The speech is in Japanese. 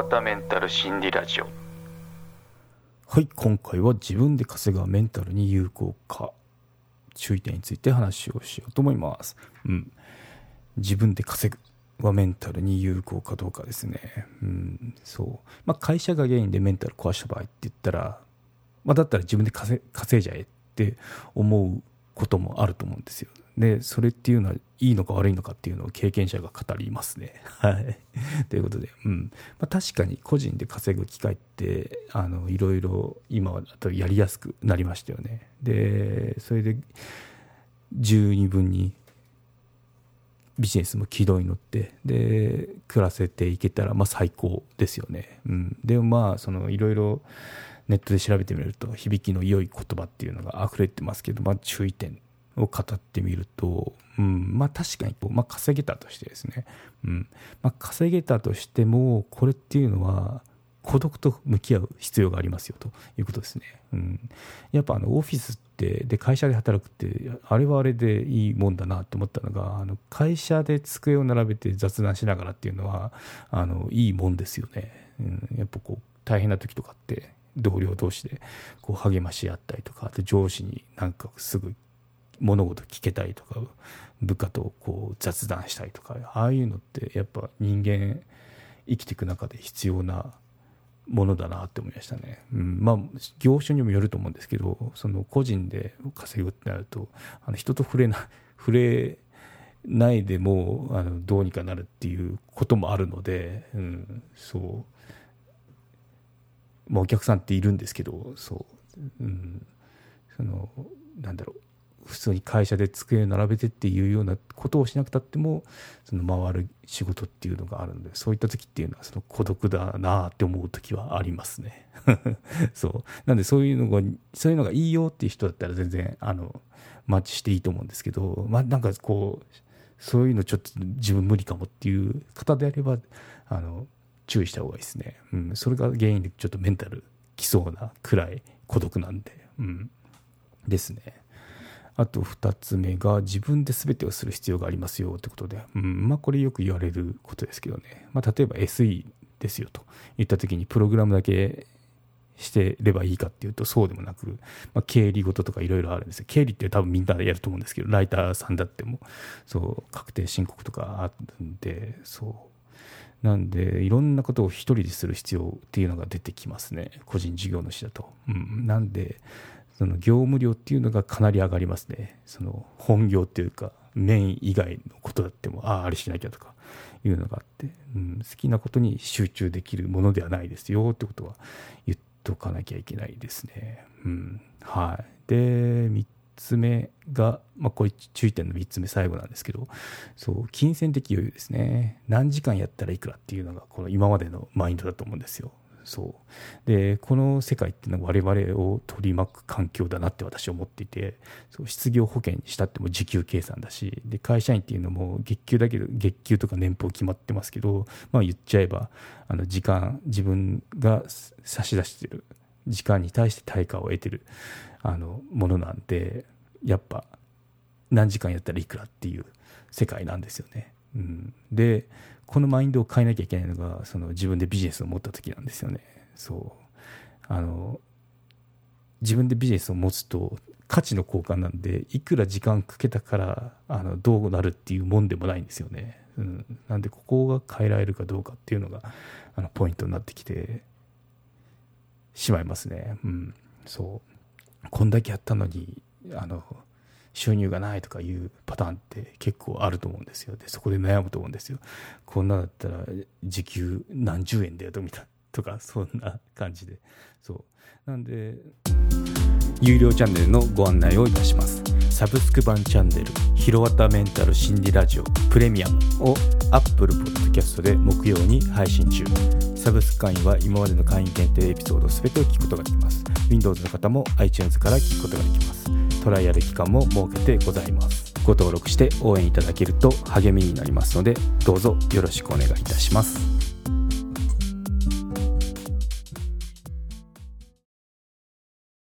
わたメンタル心理ラジオ。 はい、今回は自分で稼ぐはメンタルに有効か、注意点について話をしようと思います。自分で稼ぐはメンタルに有効かどうかですね。会社が原因でメンタル壊した場合って言ったら、だったら自分で稼いじゃえって思うこともあると思うんですよ。でそれっていうのはいいのか悪いのかっていうのを経験者が語りますね。はいということで、確かに個人で稼ぐ機会っていろいろ今はだとやりやすくなりましたよね。でそれで十二分にビジネスも軌道に乗ってで暮らせていけたら最高ですよね。でもいろいろネットで調べてみると響きの良い言葉っていうのが溢れてますけど、注意点を語ってみると、確かに稼げたとしてですね、稼げたとしてもこれっていうのは孤独と向き合う必要がありますよということですね。やっぱオフィスで会社で働くってあれはあれでいいもんだなと思ったのが、会社で机を並べて雑談しながらっていうのはいいもんですよね。やっぱ大変な時とかって同僚同士で励まし合ったりとか、あと上司にすぐ物事聞けたりとか、部下と雑談したりとか、ああいうのってやっぱ人間生きていく中で必要なものだなって思いましたね。業種にもよると思うんですけど、その個人で稼ぐってなると人と触れないでもどうにかなるっていうこともあるので、お客さんっているんですけど、普通に会社で机を並べてっていうようなことをしなくたっても回る仕事っていうのがあるので、そういった時っていうのは孤独だなって思う時はありますね。なんでそういうのがいいよっていう人だったら全然マッチしていいと思うんですけど、そういうのちょっと自分無理かもっていう方であれば注意した方がいいですね。それが原因でちょっとメンタルきそうなくらい孤独なんで、ですね。あと2つ目が自分で全てをする必要がありますよということで、これよく言われることですけどね。例えば SE ですよと言った時にプログラムだけしてればいいかっていうとそうでもなく、経理事とかいろいろあるんですよ。経理って多分みんなでやると思うんですけど、ライターさんだっても確定申告とかあるんで、なんでいろんなことを一人でする必要っていうのが出てきますね、個人事業主だと。なんで業務量っていうのがかなり上がりますね。本業っていうかメイン以外のことだってもあれしなきゃとかいうのがあって、好きなことに集中できるものではないですよってことは言っとかなきゃいけないですね。で3つ目が、これ注意点の3つ目最後なんですけど、金銭的余裕ですね。何時間やったらいくらっていうのがこの今までのマインドだと思うんですよ。でこの世界っていうのは我々を取り巻く環境だなって私は思っていて、失業保険にしたっても時給計算だし、で会社員っていうのも月給だけど月給とか年俸決まってますけど、言っちゃえば自分が差し出してる時間に対して対価を得てるものなんで、やっぱ何時間やったらいくらっていう世界なんですよね。でこのマインドを変えなきゃいけないのが自分でビジネスを持った時なんですよね。自分でビジネスを持つと価値の交換なんで、いくら時間かけたからどうなるっていうもんでもないんですよね。なんでここが変えられるかどうかっていうのがポイントになってきてしまいますね。こんだけやったのに収入がないとかいうパターンって結構あると思うんですよ。でそこで悩むと思うんですよ。こんなだったら時給何十円だよとかそんな感じで。なんで有料チャンネルのご案内をいたします。サブスク版チャンネルひろわたメンタル心理ラジオプレミアムを Apple Podcast で木曜に配信中。サブスク会員は今までの会員限定エピソード全てを聞くことができます。 Windows の方も iTunes から聞くことができます。トライアル期間も設けてございます。ご登録して応援いただけると励みになりますので、どうぞよろしくお願いいたします。